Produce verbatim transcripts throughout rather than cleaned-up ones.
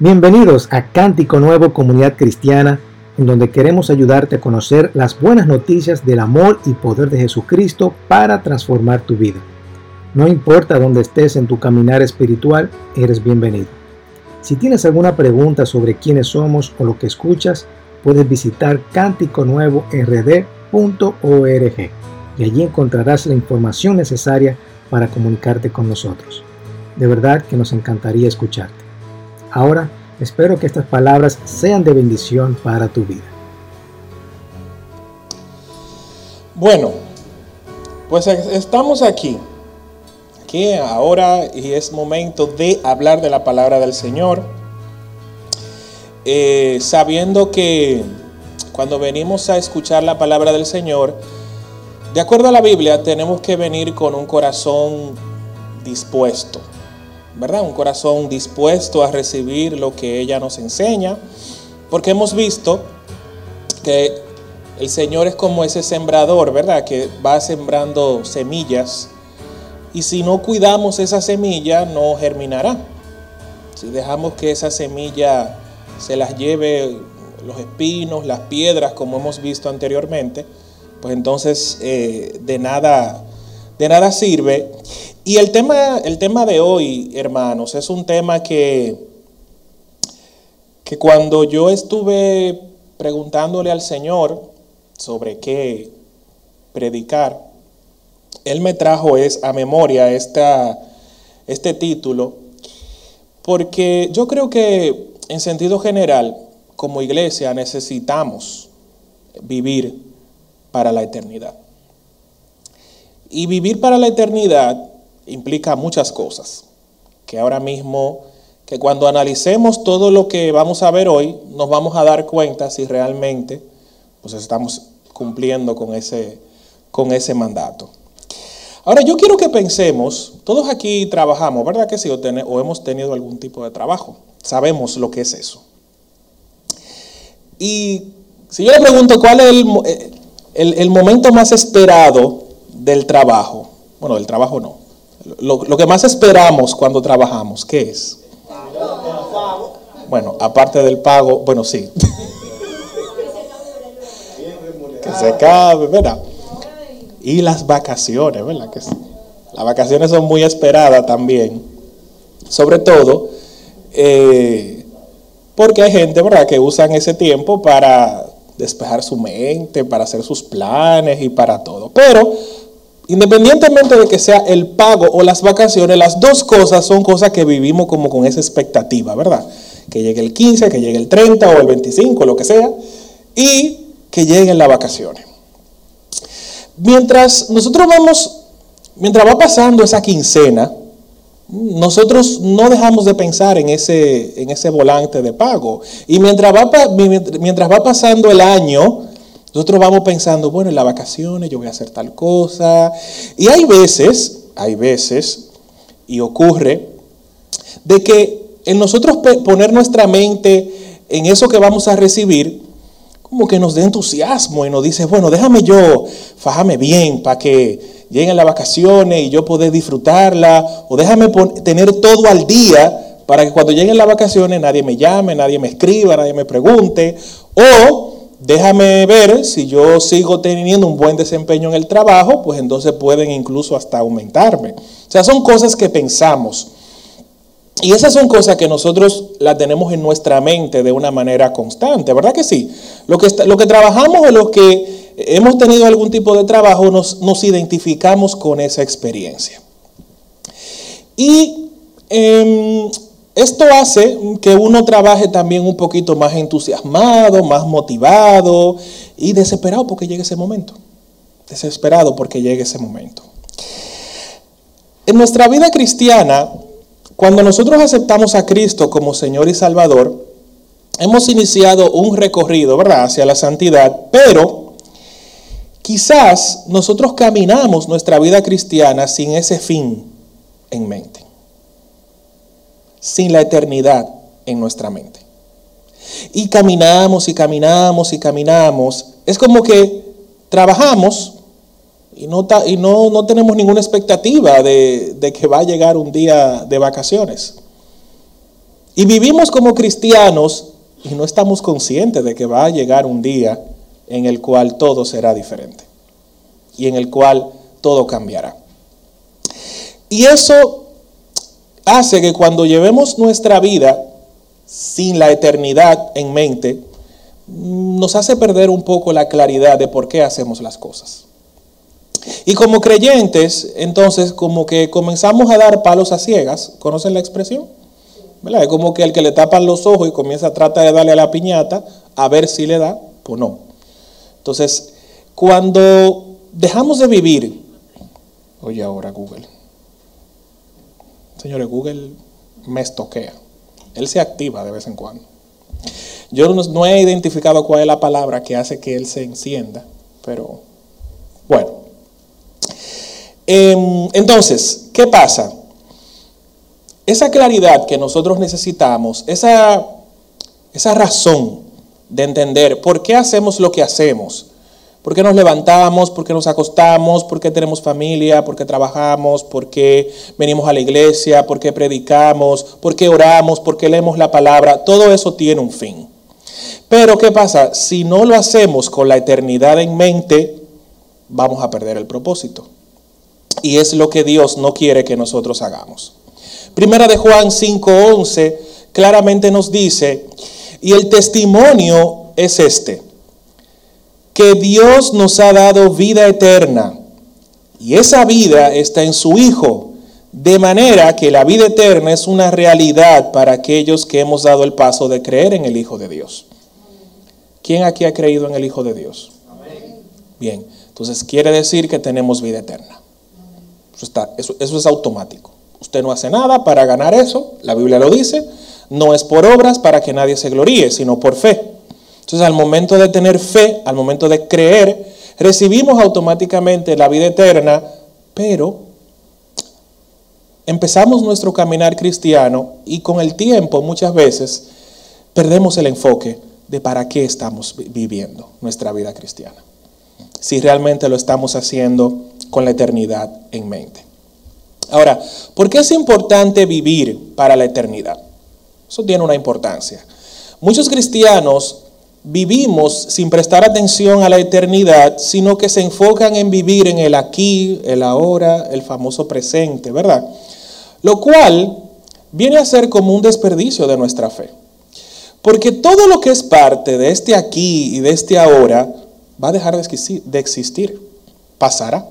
Bienvenidos a Cántico Nuevo Comunidad Cristiana, en donde queremos ayudarte a conocer las buenas noticias del amor y poder de Jesucristo para transformar tu vida. No importa dónde estés en tu caminar espiritual, eres bienvenido. Si tienes alguna pregunta sobre quiénes somos o lo que escuchas, puedes visitar cántico nuevo r d punto org y allí encontrarás la información necesaria para comunicarte con nosotros. De verdad que nos encantaría escucharte. Ahora, espero que estas palabras sean de bendición para tu vida. Bueno, pues estamos aquí, aquí ahora, y es momento de hablar de la palabra del Señor, eh, sabiendo que cuando venimos a escuchar la palabra del Señor, de acuerdo a la Biblia, tenemos que venir con un corazón dispuesto, ¿verdad? Un corazón dispuesto a recibir lo que ella nos enseña, porque hemos visto que el Señor es como ese sembrador, ¿verdad? Que va sembrando semillas, y si no cuidamos esa semilla, no germinará. Si dejamos que esa semilla se las lleve los espinos, las piedras, como hemos visto anteriormente, pues entonces eh, de nada, de nada sirve. Y el tema, el tema de hoy, hermanos, es un tema que, que cuando yo estuve preguntándole al Señor sobre qué predicar, Él me trajo es, a memoria esta, este título, porque yo creo que en sentido general, como iglesia, necesitamos vivir para la eternidad. Y vivir para la eternidad implica muchas cosas, que ahora mismo, que cuando analicemos todo lo que vamos a ver hoy, nos vamos a dar cuenta si realmente pues estamos cumpliendo con ese, con ese mandato. Ahora yo quiero que pensemos, todos aquí trabajamos, ¿verdad que sí? O, ten, o hemos tenido algún tipo de trabajo, sabemos lo que es eso. Y si yo le pregunto cuál es el, el, el momento más esperado del trabajo, bueno, del trabajo no, Lo, lo que más esperamos cuando trabajamos, ¿qué es? Bueno, aparte del pago, bueno, sí. Que se acabe, ¿verdad? Y las vacaciones, ¿verdad? Que sí. Las vacaciones son muy esperadas también. Sobre todo, eh, porque hay gente, ¿verdad?, que usan ese tiempo para despejar su mente, para hacer sus planes y para todo. Pero independientemente de que sea el pago o las vacaciones, las dos cosas son cosas que vivimos como con esa expectativa, ¿verdad? Que llegue el quince, que llegue el treinta o el veinticinco, lo que sea, y que lleguen las vacaciones. Mientras nosotros vamos, mientras va pasando esa quincena, nosotros no dejamos de pensar en ese, en ese volante de pago. Y mientras va, mientras va pasando el año, nosotros vamos pensando, bueno, en las vacaciones yo voy a hacer tal cosa. Y hay veces, hay veces, y ocurre, de que en nosotros poner nuestra mente en eso que vamos a recibir, como que nos dé entusiasmo y nos dice, bueno, déjame yo fajarme bien para que lleguen las vacaciones y yo poder disfrutarla, o déjame tener todo al día para que cuando lleguen las vacaciones nadie me llame, nadie me escriba, nadie me pregunte, o déjame ver si yo sigo teniendo un buen desempeño en el trabajo, pues entonces pueden incluso hasta aumentarme. O sea, son cosas que pensamos. Y esas son cosas que nosotros las tenemos en nuestra mente de una manera constante, ¿verdad que sí? Lo que, está, lo que trabajamos o los que hemos tenido algún tipo de trabajo, nos, nos identificamos con esa experiencia. Y eh, esto hace que uno trabaje también un poquito más entusiasmado, más motivado y desesperado porque llegue ese momento. Desesperado porque llegue ese momento. En nuestra vida cristiana, cuando nosotros aceptamos a Cristo como Señor y Salvador, hemos iniciado un recorrido, ¿verdad?, hacia la santidad, pero quizás nosotros caminamos nuestra vida cristiana sin ese fin en mente, sin la eternidad en nuestra mente. Y caminamos y caminamos y caminamos. Es como que trabajamos y no, ta, y no, no tenemos ninguna expectativa de, de que va a llegar un día de vacaciones. Y vivimos como cristianos y no estamos conscientes de que va a llegar un día en el cual todo será diferente y en el cual todo cambiará. Y eso hace que cuando llevemos nuestra vida sin la eternidad en mente, nos hace perder un poco la claridad de por qué hacemos las cosas. Y como creyentes, entonces, como que comenzamos a dar palos a ciegas. ¿Conocen la expresión? ¿Verdad? Es como que el que le tapan los ojos y comienza a tratar de darle a la piñata, a ver si le da, pues no. Entonces, cuando dejamos de vivir, oye ahora Google, señores, Google me estoquea, él se activa de vez en cuando. Yo no, no he identificado cuál es la palabra que hace que él se encienda, pero bueno. Eh, entonces, ¿qué pasa? Esa claridad que nosotros necesitamos, esa, esa razón de entender por qué hacemos lo que hacemos, por qué nos levantamos, por qué nos acostamos, por qué tenemos familia, por qué trabajamos, por qué venimos a la iglesia, por qué predicamos, por qué oramos, por qué leemos la palabra, todo eso tiene un fin. Pero ¿qué pasa? Si no lo hacemos con la eternidad en mente, vamos a perder el propósito. Y es lo que Dios no quiere que nosotros hagamos. Primera de Juan cinco once claramente nos dice, y el testimonio es este, que Dios nos ha dado vida eterna, y esa vida está en su Hijo, de manera que la vida eterna es una realidad para aquellos que hemos dado el paso de creer en el Hijo de Dios. ¿Quién aquí ha creído en el Hijo de Dios? Amén. Bien, entonces quiere decir que tenemos vida eterna. Eso, está, eso, eso es automático. Usted no hace nada para ganar eso, la Biblia lo dice, no es por obras para que nadie se gloríe, sino por fe. Entonces al momento de tener fe, al momento de creer, recibimos automáticamente la vida eterna, pero empezamos nuestro caminar cristiano y con el tiempo muchas veces perdemos el enfoque de para qué estamos viviendo nuestra vida cristiana. Si realmente lo estamos haciendo con la eternidad en mente. Ahora, ¿por qué es importante vivir para la eternidad? Eso tiene una importancia. Muchos cristianos vivimos sin prestar atención a la eternidad, sino que se enfocan en vivir en el aquí, el ahora, el famoso presente, ¿verdad? Lo cual viene a ser como un desperdicio de nuestra fe. Porque todo lo que es parte de este aquí y de este ahora va a dejar de existir, pasará.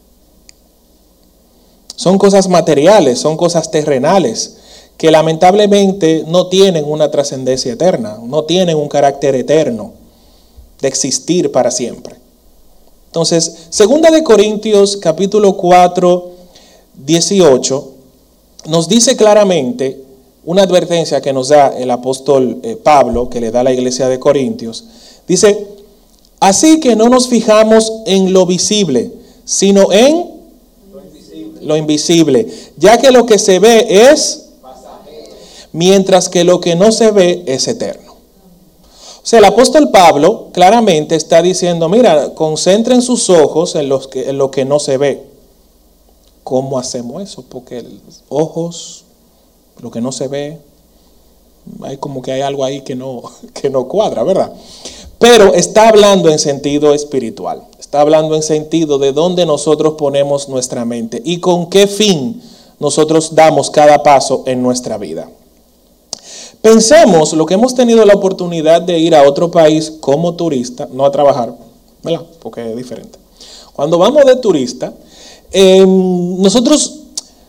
Son cosas materiales, son cosas terrenales, que lamentablemente no tienen una trascendencia eterna, no tienen un carácter eterno de existir para siempre. Entonces, segunda de Corintios capítulo cuatro, dieciocho, nos dice claramente una advertencia que nos da el apóstol eh, Pablo, que le da a la iglesia de Corintios. Dice, así que no nos fijamos en lo visible, sino en lo invisible, lo invisible ya que lo que se ve es mientras que lo que no se ve es eterno. O sea, el apóstol Pablo claramente está diciendo, mira, concentren sus ojos en, los que, en lo que no se ve. ¿Cómo hacemos eso? Porque los ojos, lo que no se ve, hay como que hay algo ahí que no, que no cuadra, ¿verdad? Pero está hablando en sentido espiritual. Está hablando en sentido de dónde nosotros ponemos nuestra mente y con qué fin nosotros damos cada paso en nuestra vida. Pensemos lo que hemos tenido la oportunidad de ir a otro país como turista, no a trabajar, ¿verdad? Porque es diferente. Cuando vamos de turista, eh, nosotros,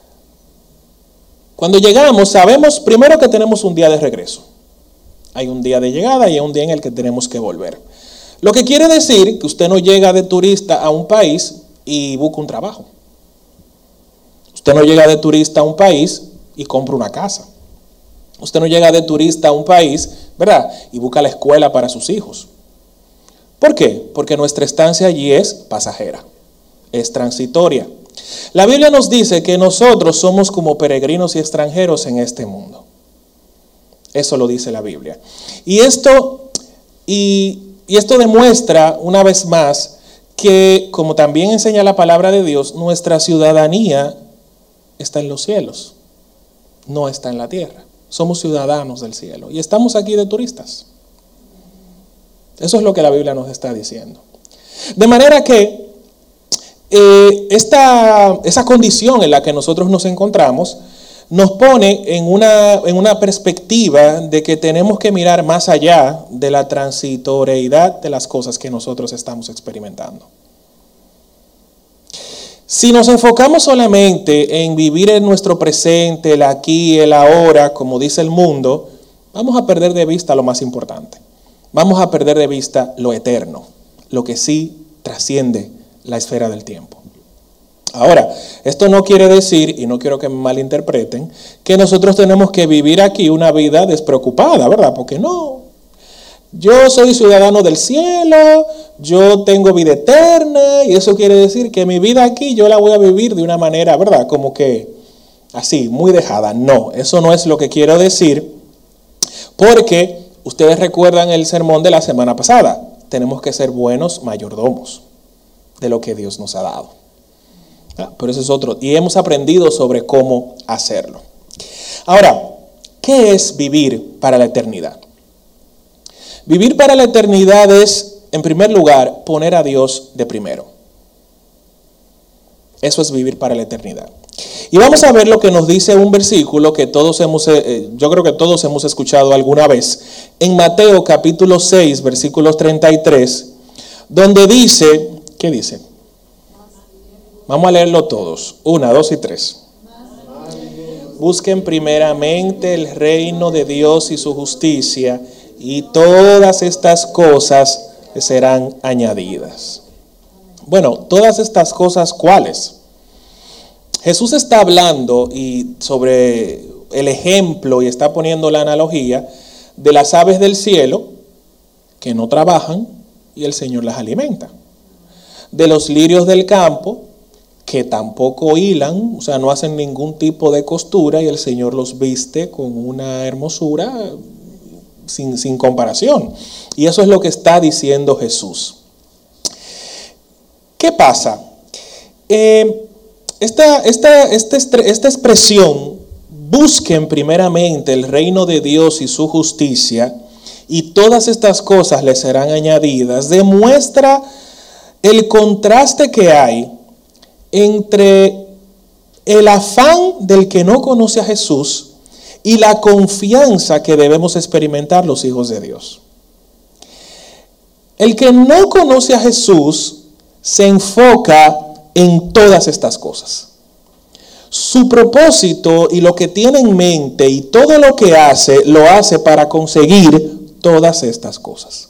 cuando llegamos, sabemos primero que tenemos un día de regreso. Hay un día de llegada y hay un día en el que tenemos que volver. Lo que quiere decir que usted no llega de turista a un país y busca un trabajo. Usted no llega de turista a un país y compra una casa. Usted no llega de turista a un país, ¿verdad? Y busca la escuela para sus hijos. ¿Por qué? Porque nuestra estancia allí es pasajera, es transitoria. La Biblia nos dice que nosotros somos como peregrinos y extranjeros en este mundo. Eso lo dice la Biblia. Y esto, y, y esto demuestra una vez más que, como también enseña la palabra de Dios, nuestra ciudadanía está en los cielos, no está en la tierra. somos ciudadanos del cielo y estamos aquí de turistas. Eso es lo que la Biblia nos está diciendo. De manera que eh, esta, esa condición en la que nosotros nos encontramos nos pone en una, en una perspectiva de que tenemos que mirar más allá de la transitoriedad de las cosas que nosotros estamos experimentando. Si nos enfocamos solamente en vivir en nuestro presente, el aquí, el ahora, como dice el mundo, vamos a perder de vista lo más importante. Vamos a perder de vista lo eterno, lo que sí trasciende la esfera del tiempo. Ahora, esto no quiere decir, y no quiero que me malinterpreten, que nosotros tenemos que vivir aquí una vida despreocupada, ¿verdad? Porque no, yo soy ciudadano del cielo, yo tengo vida eterna, y eso quiere decir que mi vida aquí yo la voy a vivir de una manera, ¿verdad? Como que así, muy dejada. No, eso no es lo que quiero decir, porque ustedes recuerdan el sermón de la semana pasada. Tenemos que ser buenos mayordomos de lo que Dios nos ha dado. Pero eso es otro. Y hemos aprendido sobre cómo hacerlo. Ahora, ¿qué es vivir para la eternidad? Vivir para la eternidad es, en primer lugar, poner a Dios de primero. Eso es vivir para la eternidad. Y vamos a ver lo que nos dice un versículo que todos hemos, eh, yo creo que todos hemos escuchado alguna vez. En Mateo capítulo seis, versículos treinta y tres, donde dice, ¿qué dice? Vamos a leerlo todos. Una, dos y tres. Busquen primeramente el reino de Dios y su justicia, y todas estas cosas les serán añadidas. Bueno, todas estas cosas, ¿cuáles? Jesús está hablando y sobre el ejemplo y está poniendo la analogía de las aves del cielo que no trabajan y el Señor las alimenta. De los lirios del campo que tampoco hilan, o sea, no hacen ningún tipo de costura y el Señor los viste con una hermosura sin, sin comparación. Y eso es lo que está diciendo Jesús. ¿Qué pasa? Eh, esta, esta, esta, esta expresión, busquen primeramente el reino de Dios y su justicia, y todas estas cosas les serán añadidas, demuestra el contraste que hay entre el afán del que no conoce a Jesús y la confianza que debemos experimentar los hijos de Dios. El que no conoce a Jesús se enfoca en todas estas cosas. Su propósito y lo que tiene en mente y todo lo que hace, lo hace para conseguir todas estas cosas.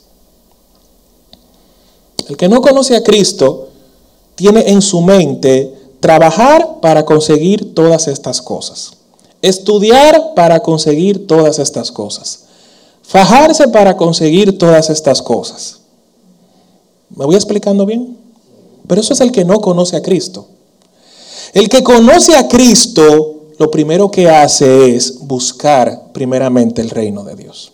El que no conoce a Cristo tiene en su mente trabajar para conseguir todas estas cosas, estudiar para conseguir todas estas cosas, fajarse para conseguir todas estas cosas. ¿Me voy explicando bien? Pero eso es el que no conoce a Cristo. El que conoce a Cristo, lo primero que hace es buscar primeramente el reino de Dios.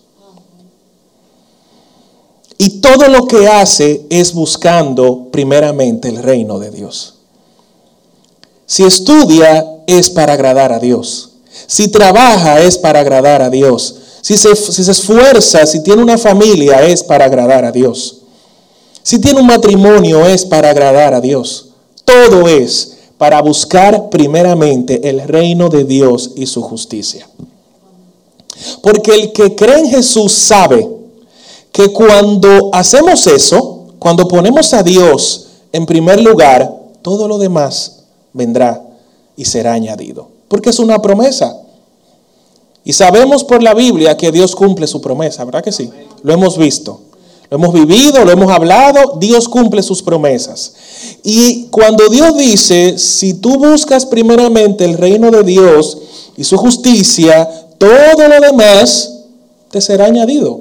Y todo lo que hace es buscando primeramente el reino de Dios. Si estudia es para agradar a Dios. Si trabaja es para agradar a Dios. Si se, si se esfuerza, si tiene una familia es para agradar a Dios. Si tiene un matrimonio es para agradar a Dios. Todo es para buscar primeramente el reino de Dios y su justicia. Porque el que cree en Jesús sabe que cuando hacemos eso, cuando ponemos a Dios en primer lugar, todo lo demás vendrá y será añadido. Porque es una promesa. Y sabemos por la Biblia que Dios cumple su promesa, ¿verdad que sí? Lo hemos visto, lo hemos vivido, lo hemos hablado, Dios cumple sus promesas. Y cuando Dios dice, si tú buscas primeramente el reino de Dios y su justicia, todo lo demás te será añadido.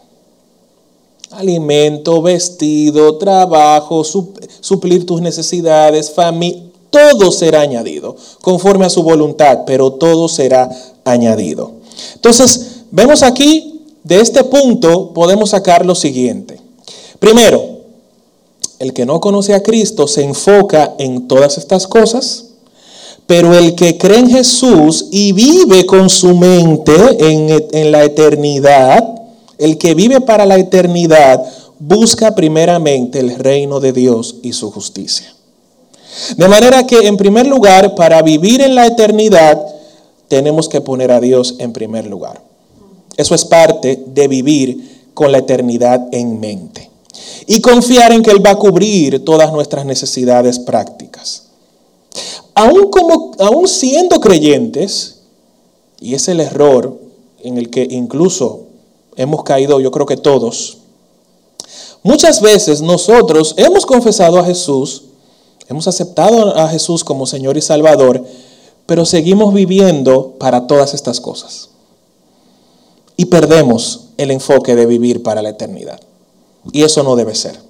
Alimento, vestido, trabajo, suplir tus necesidades, familia, todo será añadido conforme a su voluntad, pero todo será añadido. Entonces, vemos aquí, de este punto podemos sacar lo siguiente. Primero, el que no conoce a Cristo se enfoca en todas estas cosas, Pero el que cree en Jesús y vive con su mente en, en la eternidad, el que vive para la eternidad, busca primeramente el reino de Dios y su justicia. De manera que, en primer lugar, para vivir en la eternidad, tenemos que poner a Dios en primer lugar. Eso es parte de vivir con la eternidad en mente. Y confiar en que Él va a cubrir todas nuestras necesidades prácticas. Aún, como, aún siendo creyentes, y es el error en el que incluso hemos caído, yo creo que todos, muchas veces nosotros hemos confesado a Jesús, hemos aceptado a Jesús como Señor y Salvador, pero seguimos viviendo para todas estas cosas. Y perdemos el enfoque de vivir para la eternidad. Y eso no debe ser.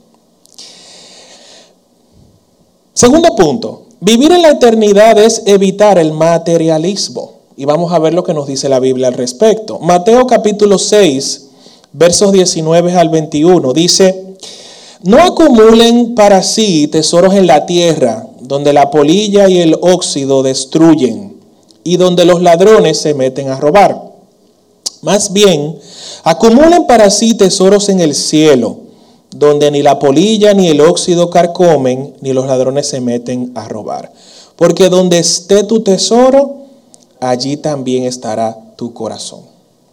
Segundo punto. Vivir en la eternidad es evitar el materialismo. Y vamos a ver lo que nos dice la Biblia al respecto. Mateo capítulo seis, versos diecinueve al veintiuno, dice: no acumulen para sí tesoros en la tierra, donde la polilla y el óxido destruyen, y donde los ladrones se meten a robar. Más bien, acumulen para sí tesoros en el cielo, donde ni la polilla ni el óxido carcomen, ni los ladrones se meten a robar. Porque donde esté tu tesoro, allí también estará tu corazón.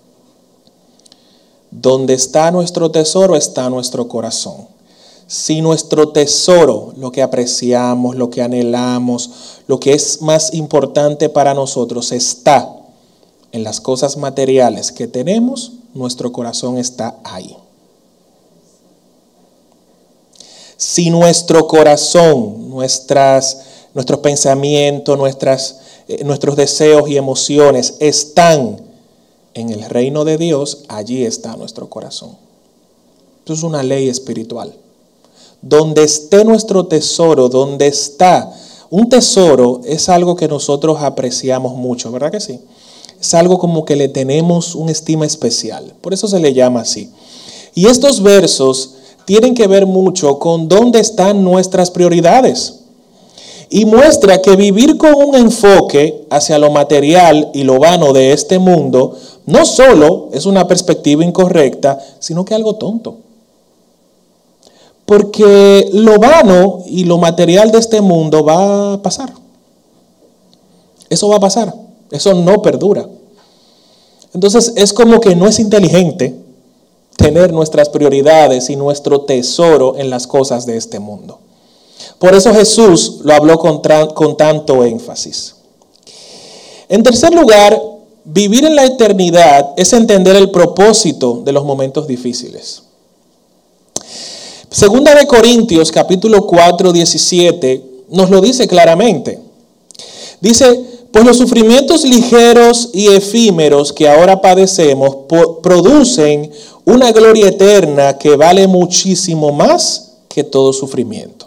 Donde está nuestro tesoro, está nuestro corazón. Si nuestro tesoro, lo que apreciamos, lo que anhelamos, lo que es más importante para nosotros, está en las cosas materiales que tenemos, nuestro corazón está ahí. Si nuestro corazón, nuestras, nuestros pensamientos, nuestras, eh, nuestros deseos y emociones están en el reino de Dios, allí está nuestro corazón. Eso es una ley espiritual. Donde esté nuestro tesoro, donde está un tesoro, es algo que nosotros apreciamos mucho, ¿verdad que sí? Es algo como que le tenemos una estima especial. Por eso se le llama así. Y estos versos tienen que ver mucho con dónde están nuestras prioridades. Y muestra que vivir con un enfoque hacia lo material y lo vano de este mundo no solo es una perspectiva incorrecta, sino que algo tonto. Porque lo vano y lo material de este mundo va a pasar. Eso va a pasar. Eso no perdura. Entonces es como que no es inteligente tener nuestras prioridades y nuestro tesoro en las cosas de este mundo. Por eso Jesús lo habló con, tra- con tanto énfasis. En tercer lugar, vivir en la eternidad es entender el propósito de los momentos difíciles. Segunda de Corintios, capítulo cuatro, diecisiete, nos lo dice claramente. Dice: pues los sufrimientos ligeros y efímeros que ahora padecemos po- producen una gloria eterna que vale muchísimo más que todo sufrimiento.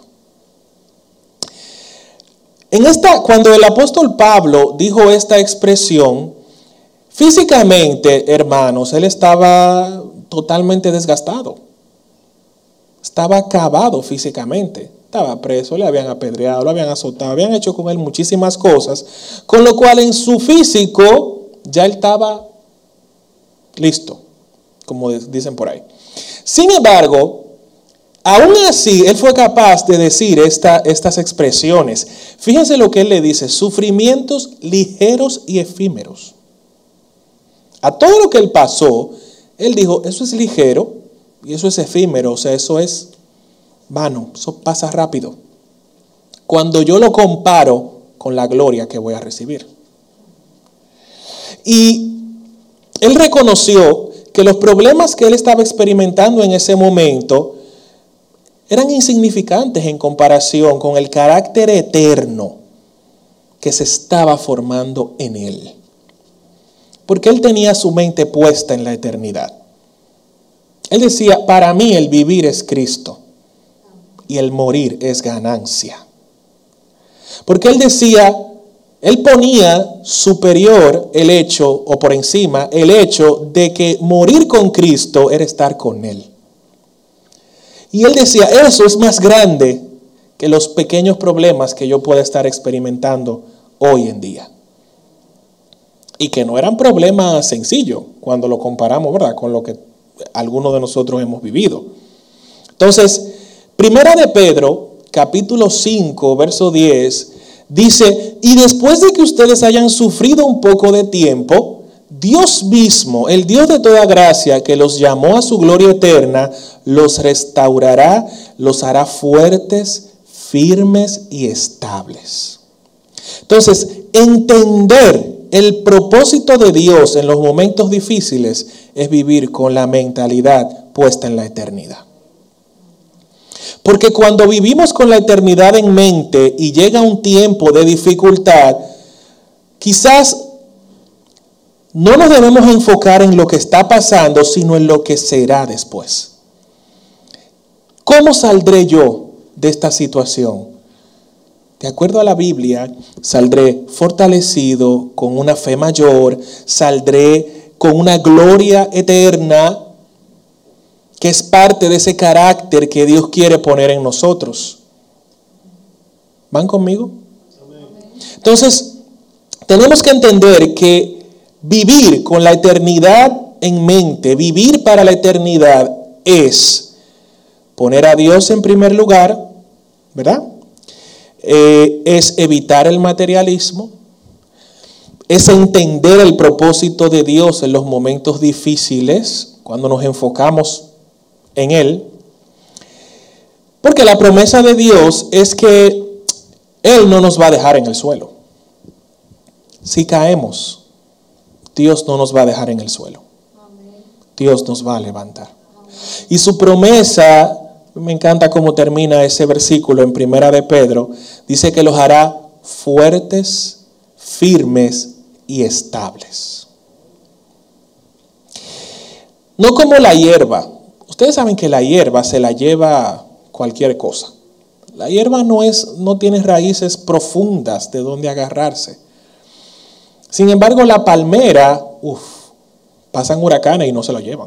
En esta, cuando el apóstol Pablo dijo esta expresión, físicamente, hermanos, él estaba totalmente desgastado. Estaba acabado físicamente. Estaba preso, le habían apedreado, lo habían azotado, habían hecho con él muchísimas cosas, con lo cual en su físico ya él estaba listo, como dicen por ahí. Sin embargo, aún así, él fue capaz de decir esta, estas expresiones. Fíjense lo que él le dice: sufrimientos ligeros y efímeros. A todo lo que él pasó, él dijo, eso es ligero y eso es efímero, o sea, eso es vano, eso pasa rápido. Cuando yo lo comparo con la gloria que voy a recibir. Y él reconoció que los problemas que él estaba experimentando en ese momento eran insignificantes en comparación con el carácter eterno que se estaba formando en él. Porque él tenía su mente puesta en la eternidad. Él decía, para mí el vivir es Cristo y el morir es ganancia. Porque él decía, él ponía superior el hecho, o por encima, el hecho de que morir con Cristo era estar con él. Y él decía, eso es más grande que los pequeños problemas que yo pueda estar experimentando hoy en día. Y que no eran problemas sencillos cuando lo comparamos, ¿verdad?, con lo que algunos de nosotros hemos vivido. Entonces, Primera de Pedro, capítulo cinco, verso diez, dice: y después de que ustedes hayan sufrido un poco de tiempo, Dios mismo, el Dios de toda gracia, que los llamó a su gloria eterna, los restaurará, los hará fuertes, firmes y estables. Entonces, entender el propósito de Dios en los momentos difíciles es vivir con la mentalidad puesta en la eternidad. Porque cuando vivimos con la eternidad en mente y llega un tiempo de dificultad, quizás no nos debemos enfocar en lo que está pasando, sino en lo que será después. ¿Cómo saldré yo de esta situación? De acuerdo a la Biblia, saldré fortalecido, con una fe mayor, saldré con una gloria eterna, que es parte de ese carácter que Dios quiere poner en nosotros. ¿Van conmigo? Entonces, tenemos que entender que vivir con la eternidad en mente, vivir para la eternidad, es poner a Dios en primer lugar, ¿verdad? Eh, es evitar el materialismo, es entender el propósito de Dios en los momentos difíciles, cuando nos enfocamos en Él, porque la promesa de Dios es que Él no nos va a dejar en el suelo. Si caemos, Dios no nos va a dejar en el suelo. Dios nos va a levantar. Y su promesa, me encanta cómo termina ese versículo en Primera de Pedro, dice que los hará fuertes, firmes y estables. No como la hierba. Ustedes saben que la hierba se la lleva cualquier cosa. La hierba no es, no tiene raíces profundas de donde agarrarse. Sin embargo, la palmera, uff, pasan huracanes y no se lo llevan.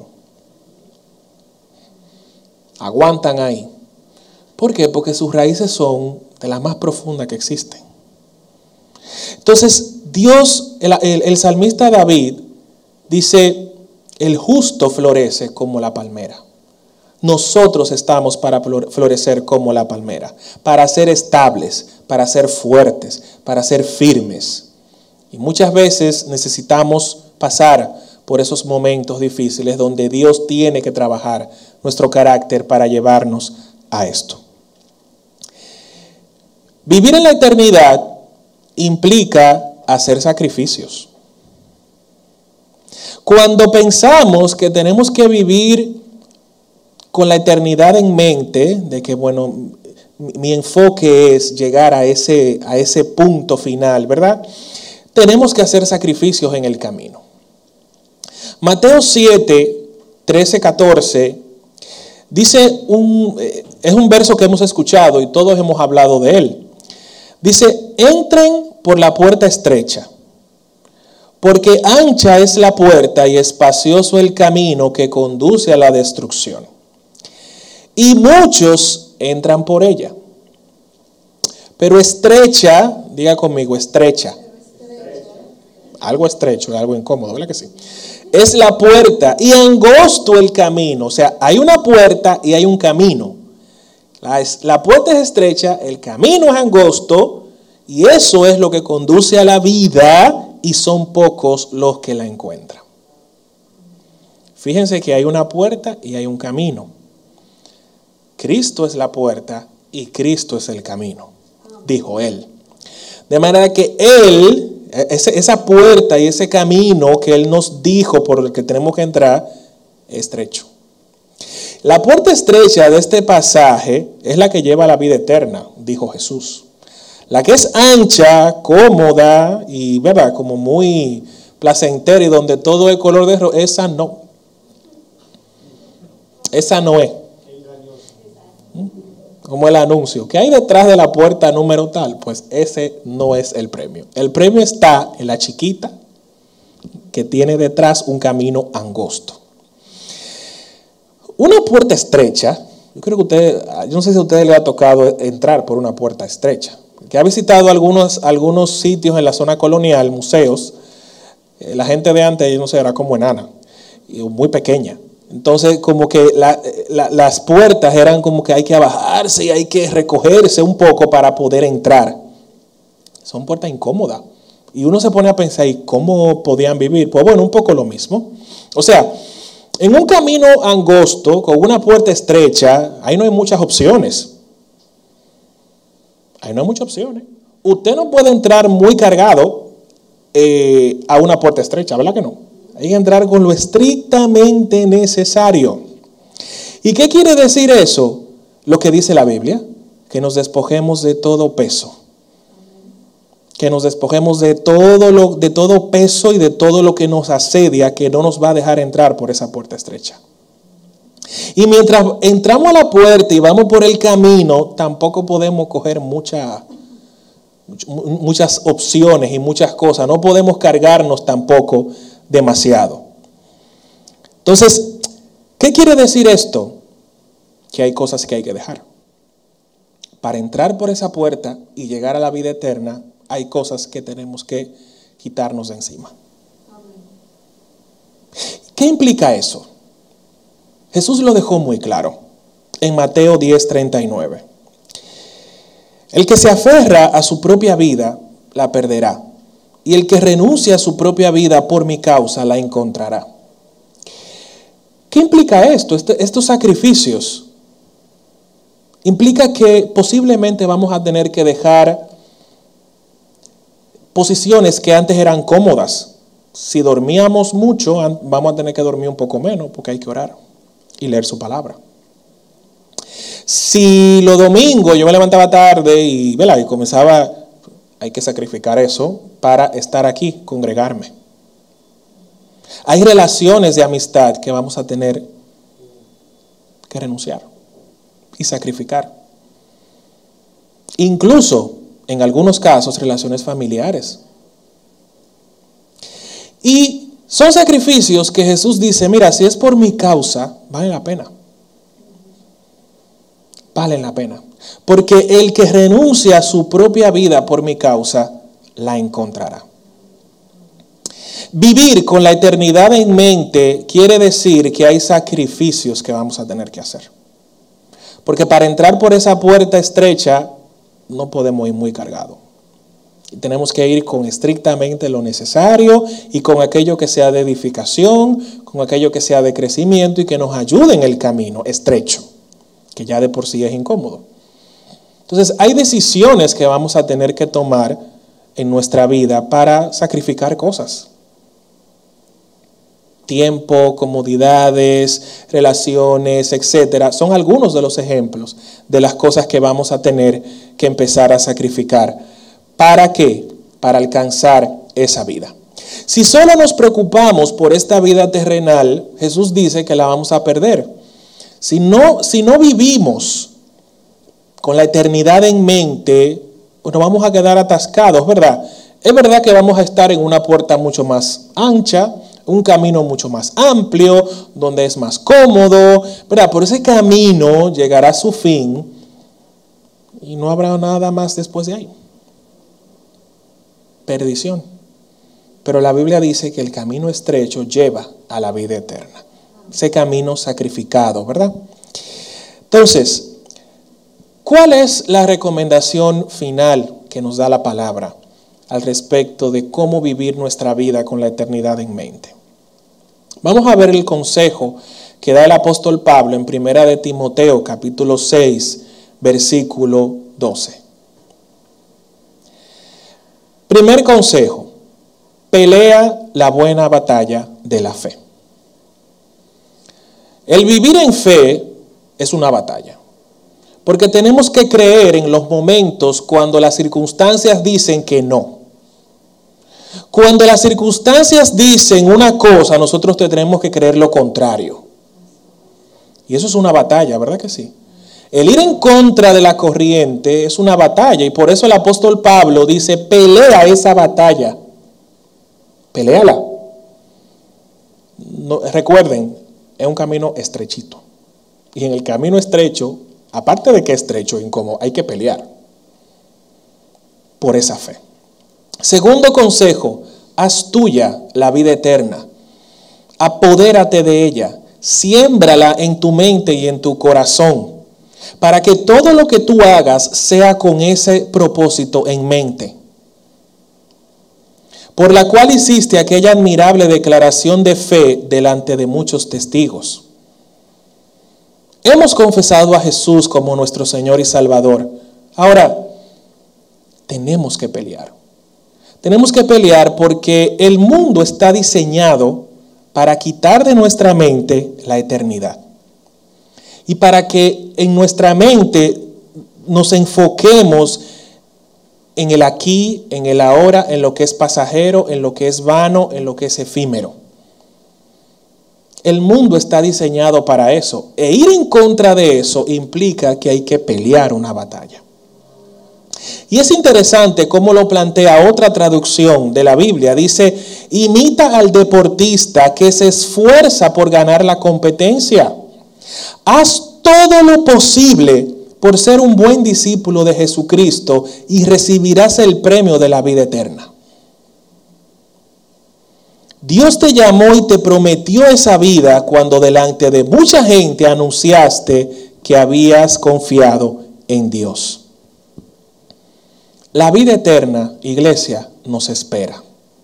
Aguantan ahí. ¿Por qué? Porque sus raíces son de las más profundas que existen. Entonces, Dios, el, el, el salmista David dice: el justo florece como la palmera. Nosotros estamos para florecer como la palmera, para ser estables, para ser fuertes, para ser firmes. Y muchas veces necesitamos pasar por esos momentos difíciles donde Dios tiene que trabajar nuestro carácter para llevarnos a esto. Vivir en la eternidad implica hacer sacrificios. Cuando pensamos que tenemos que vivir con la eternidad en mente, de que bueno, mi enfoque es llegar a ese, a ese punto final, ¿verdad? Tenemos que hacer sacrificios en el camino. Mateo siete, trece, catorce, dice un, es un verso que hemos escuchado y todos hemos hablado de él. Dice: entren por la puerta estrecha, porque ancha es la puerta y espacioso el camino que conduce a la destrucción, y muchos entran por ella. Pero estrecha, diga conmigo, estrecha. Algo estrecho, algo incómodo, ¿verdad que sí? Es la puerta y angosto el camino. O sea, hay una puerta y hay un camino. La, la puerta es estrecha, el camino es angosto, y eso es lo que conduce a la vida, y son pocos los que la encuentran. Fíjense que hay una puerta y hay un camino. Cristo es la puerta y Cristo es el camino, dijo Él. De manera que Él, esa puerta y ese camino que Él nos dijo por el que tenemos que entrar, es estrecho. La puerta estrecha de este pasaje es la que lleva a la vida eterna, dijo Jesús. La que es ancha, cómoda y, ¿verdad?, como muy placentera y donde todo es color de rosa, esa no. Esa no es. Como el anuncio, ¿qué hay detrás de la puerta número tal? Pues ese no es el premio. El premio está en la chiquita que tiene detrás un camino angosto. Una puerta estrecha, yo creo que usted, yo no sé si a ustedes les ha tocado entrar por una puerta estrecha. que ha visitado algunos, algunos sitios en la zona colonial, museos, eh, la gente de antes, yo no sé, era como enana, y muy pequeña. Entonces, como que la, la, las puertas eran como que hay que abajarse y hay que recogerse un poco para poder entrar. Son puertas incómodas. Y uno se pone a pensar, ¿y cómo podían vivir? Pues bueno, un poco lo mismo. O sea, en un camino angosto, con una puerta estrecha, ahí no hay muchas opciones. Ahí no hay muchas opciones. Usted no puede entrar muy cargado eh, a una puerta estrecha, ¿verdad que no? Hay que entrar con lo estrictamente necesario. ¿Y qué quiere decir eso? Lo que dice la Biblia, que nos despojemos de todo peso. Que nos despojemos de todo, lo, de todo peso y de todo lo que nos asedia, que no nos va a dejar entrar por esa puerta estrecha. Y mientras entramos a la puerta y vamos por el camino, tampoco podemos coger mucha, muchas opciones y muchas cosas. No podemos cargarnos tampoco demasiado. Entonces, ¿qué quiere decir esto? Que hay cosas que hay que dejar. Para entrar por esa puerta y llegar a la vida eterna, hay cosas que tenemos que quitarnos de encima. ¿Qué implica eso? Jesús lo dejó muy claro en Mateo diez, treinta y nueve. El que se aferra a su propia vida la perderá, y el que renuncia a su propia vida por mi causa la encontrará. ¿Qué implica esto? Este, estos sacrificios implica que posiblemente vamos a tener que dejar posiciones que antes eran cómodas. Si dormíamos mucho, vamos a tener que dormir un poco menos porque hay que orar y leer su palabra. Si los domingos yo me levantaba tarde y, ¿verdad? y comenzaba, hay que sacrificar eso para estar aquí, congregarme. Hay relaciones de amistad que vamos a tener que renunciar y sacrificar. Incluso, en algunos casos, relaciones familiares. Y son sacrificios que Jesús dice, mira, si es por mi causa, vale la pena. Vale la pena. Porque el que renuncia a su propia vida por mi causa, la encontrará. Vivir con la eternidad en mente quiere decir que hay sacrificios que vamos a tener que hacer. Porque para entrar por esa puerta estrecha, no podemos ir muy cargados. Tenemos que ir con estrictamente lo necesario y con aquello que sea de edificación, con aquello que sea de crecimiento y que nos ayude en el camino estrecho, que ya de por sí es incómodo. Entonces, hay decisiones que vamos a tener que tomar en nuestra vida para sacrificar cosas. Tiempo, comodidades, relaciones, etcétera, son algunos de los ejemplos de las cosas que vamos a tener que empezar a sacrificar. ¿Para qué? Para alcanzar esa vida. Si solo nos preocupamos por esta vida terrenal, Jesús dice que la vamos a perder. Si no, si no vivimos con la eternidad en mente, pues nos vamos a quedar atascados, ¿verdad? Es verdad que vamos a estar en una puerta mucho más ancha, un camino mucho más amplio, donde es más cómodo, ¿verdad? Por ese camino llegará a su fin y no habrá nada más después de ahí. Perdición. Pero la Biblia dice que el camino estrecho lleva a la vida eterna. Ese camino sacrificado, ¿verdad? Entonces, ¿cuál es la recomendación final que nos da la palabra al respecto de cómo vivir nuestra vida con la eternidad en mente? Vamos a ver el consejo que da el apóstol Pablo en primera de Timoteo, capítulo seis, versículo doce. Primer consejo: pelea la buena batalla de la fe. El vivir en fe es una batalla, porque tenemos que creer en los momentos cuando las circunstancias dicen que no. Cuando las circunstancias dicen una cosa, nosotros tenemos que creer lo contrario. Y eso es una batalla, ¿verdad que sí? El ir en contra de la corriente es una batalla, y por eso el apóstol Pablo dice, pelea esa batalla. Peléala. No, recuerden, es un camino estrechito. Y en el camino estrecho, aparte de que es estrecho e incómodo, hay que pelear. por esa fe. Segundo consejo, haz tuya la vida eterna. Apodérate de ella. Siémbrala en tu mente y en tu corazón, para que todo lo que tú hagas sea con ese propósito en mente, por la cual hiciste aquella admirable declaración de fe delante de muchos testigos. Hemos confesado a Jesús como nuestro Señor y Salvador. Ahora, tenemos que pelear. Tenemos que pelear porque el mundo está diseñado para quitar de nuestra mente la eternidad. Y para que en nuestra mente nos enfoquemos en el aquí, en el ahora, en lo que es pasajero, en lo que es vano, en lo que es efímero. El mundo está diseñado para eso. E ir en contra de eso implica que hay que pelear una batalla. Y es interesante cómo lo plantea otra traducción de la Biblia. Dice, imita al deportista que se esfuerza por ganar la competencia. Haz todo lo posible por ser un buen discípulo de Jesucristo y recibirás el premio de la vida eterna. Dios te llamó y te prometió esa vida cuando delante de mucha gente anunciaste que habías confiado en Dios. La vida eterna, iglesia, nos espera.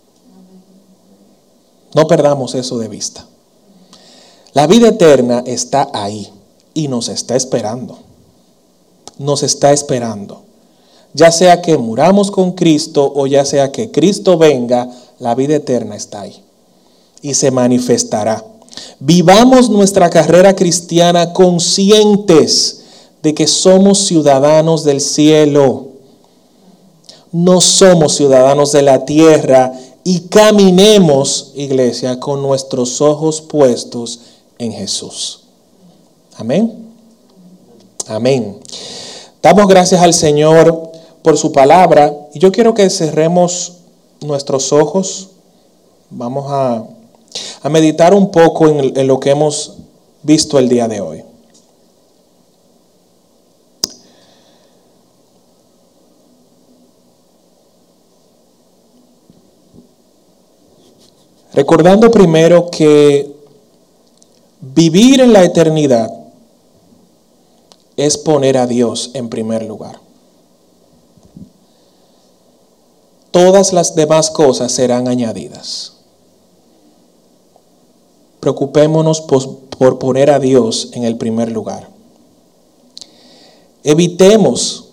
No perdamos eso de vista. La vida eterna está ahí y nos está esperando. Nos está esperando. Ya sea que muramos con Cristo o ya sea que Cristo venga, la vida eterna está ahí y se manifestará. Vivamos nuestra carrera cristiana conscientes de que somos ciudadanos del cielo. No somos ciudadanos de la tierra y caminemos, iglesia, con nuestros ojos puestos en Jesús. Amén. Amén. Damos gracias al Señor por su palabra y yo quiero que cerremos nuestros ojos. Vamos a, a meditar un poco en, en lo que hemos visto el día de hoy. Recordando primero que vivir en la eternidad es poner a Dios en primer lugar. Todas las demás cosas serán añadidas. Preocupémonos por, por poner a Dios en el primer lugar. Evitemos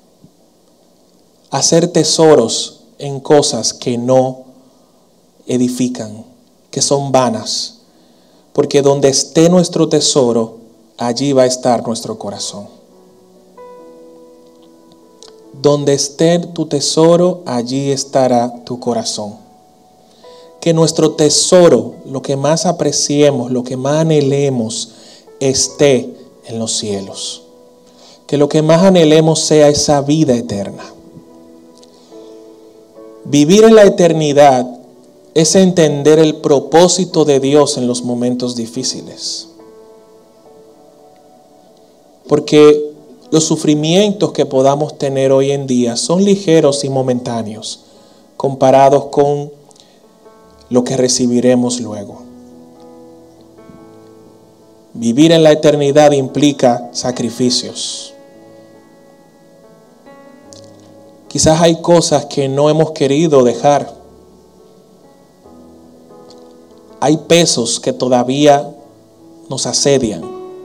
hacer tesoros en cosas que no edifican, que son vanas, porque donde esté nuestro tesoro, allí va a estar nuestro corazón. Donde esté tu tesoro, allí estará tu corazón. Que nuestro tesoro, lo que más apreciemos, lo que más anhelemos, esté en los cielos. Que lo que más anhelemos sea esa vida eterna. Vivir en la eternidad es entender el propósito de Dios en los momentos difíciles. Porque los sufrimientos que podamos tener hoy en día son ligeros y momentáneos comparados con lo que recibiremos luego. Vivir en la eternidad implica sacrificios. Quizás hay cosas que no hemos querido dejar. Hay pesos que todavía nos asedian.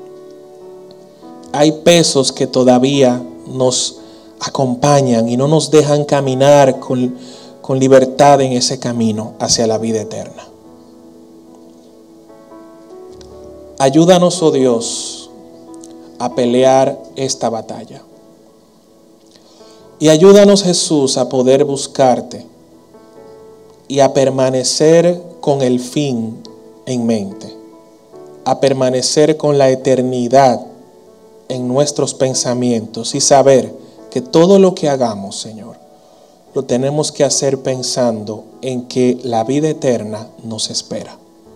Hay pesos que todavía nos acompañan y no nos dejan caminar con, con libertad en ese camino hacia la vida eterna. Ayúdanos, oh Dios, a pelear esta batalla. Y ayúdanos, Jesús, a poder buscarte y a permanecer con el fin en mente, a permanecer con la eternidad en nuestros pensamientos y saber que todo lo que hagamos, Señor, lo tenemos que hacer pensando en que la vida eterna nos espera.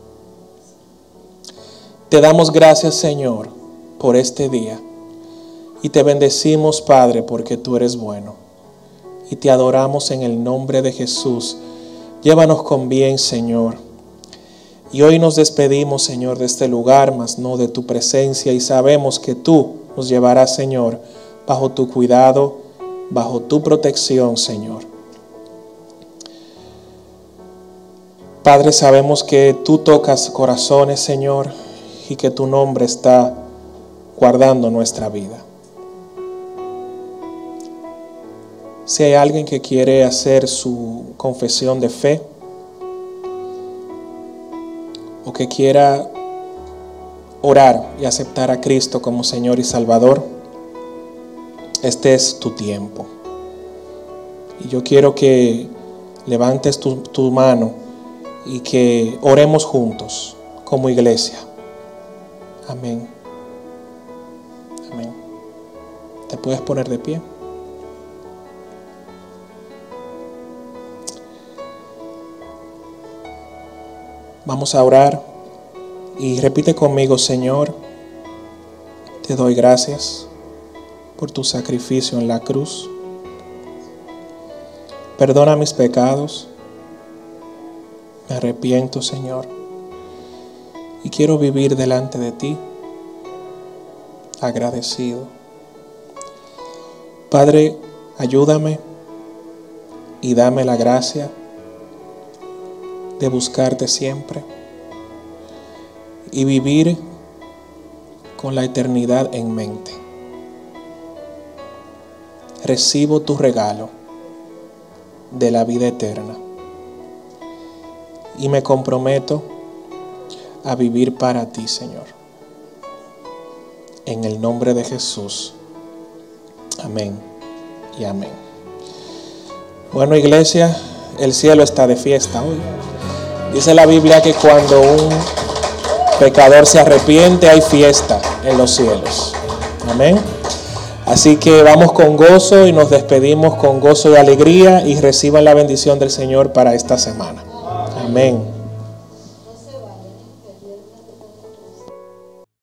Te damos gracias, Señor, por este día y te bendecimos, Padre, porque tú eres bueno. y te adoramos en el nombre de Jesús. Llévanos con bien, Señor. Y hoy nos despedimos, Señor, de este lugar, mas no de tu presencia, y sabemos que tú nos llevarás, Señor, bajo tu cuidado, bajo tu protección, Señor. Padre, sabemos que tú tocas corazones, Señor, y que tu nombre está guardando nuestra vida. Si hay alguien que quiere hacer su confesión de fe, o que quiera orar y aceptar a Cristo como Señor y Salvador, este es tu tiempo. Y yo quiero que levantes tu, tu mano y que oremos juntos como iglesia. Amén. Amén. ¿Te puedes poner de pie? Vamos a orar y repite conmigo: Señor, te doy gracias por tu sacrificio en la cruz. Perdona mis pecados. Me arrepiento, Señor, y quiero vivir delante de ti agradecido. Padre, ayúdame y dame la gracia de buscarte siempre y vivir con la eternidad en mente. Recibo tu regalo de la vida eterna y me comprometo a vivir para ti, Señor. En el nombre de Jesús. Amén y amén. Bueno, iglesia, el cielo está de fiesta hoy. Dice la Biblia que cuando un pecador se arrepiente, hay fiesta en los cielos. Amén. Así que vamos con gozo y nos despedimos con gozo y alegría, y reciban la bendición del Señor para esta semana. Amén.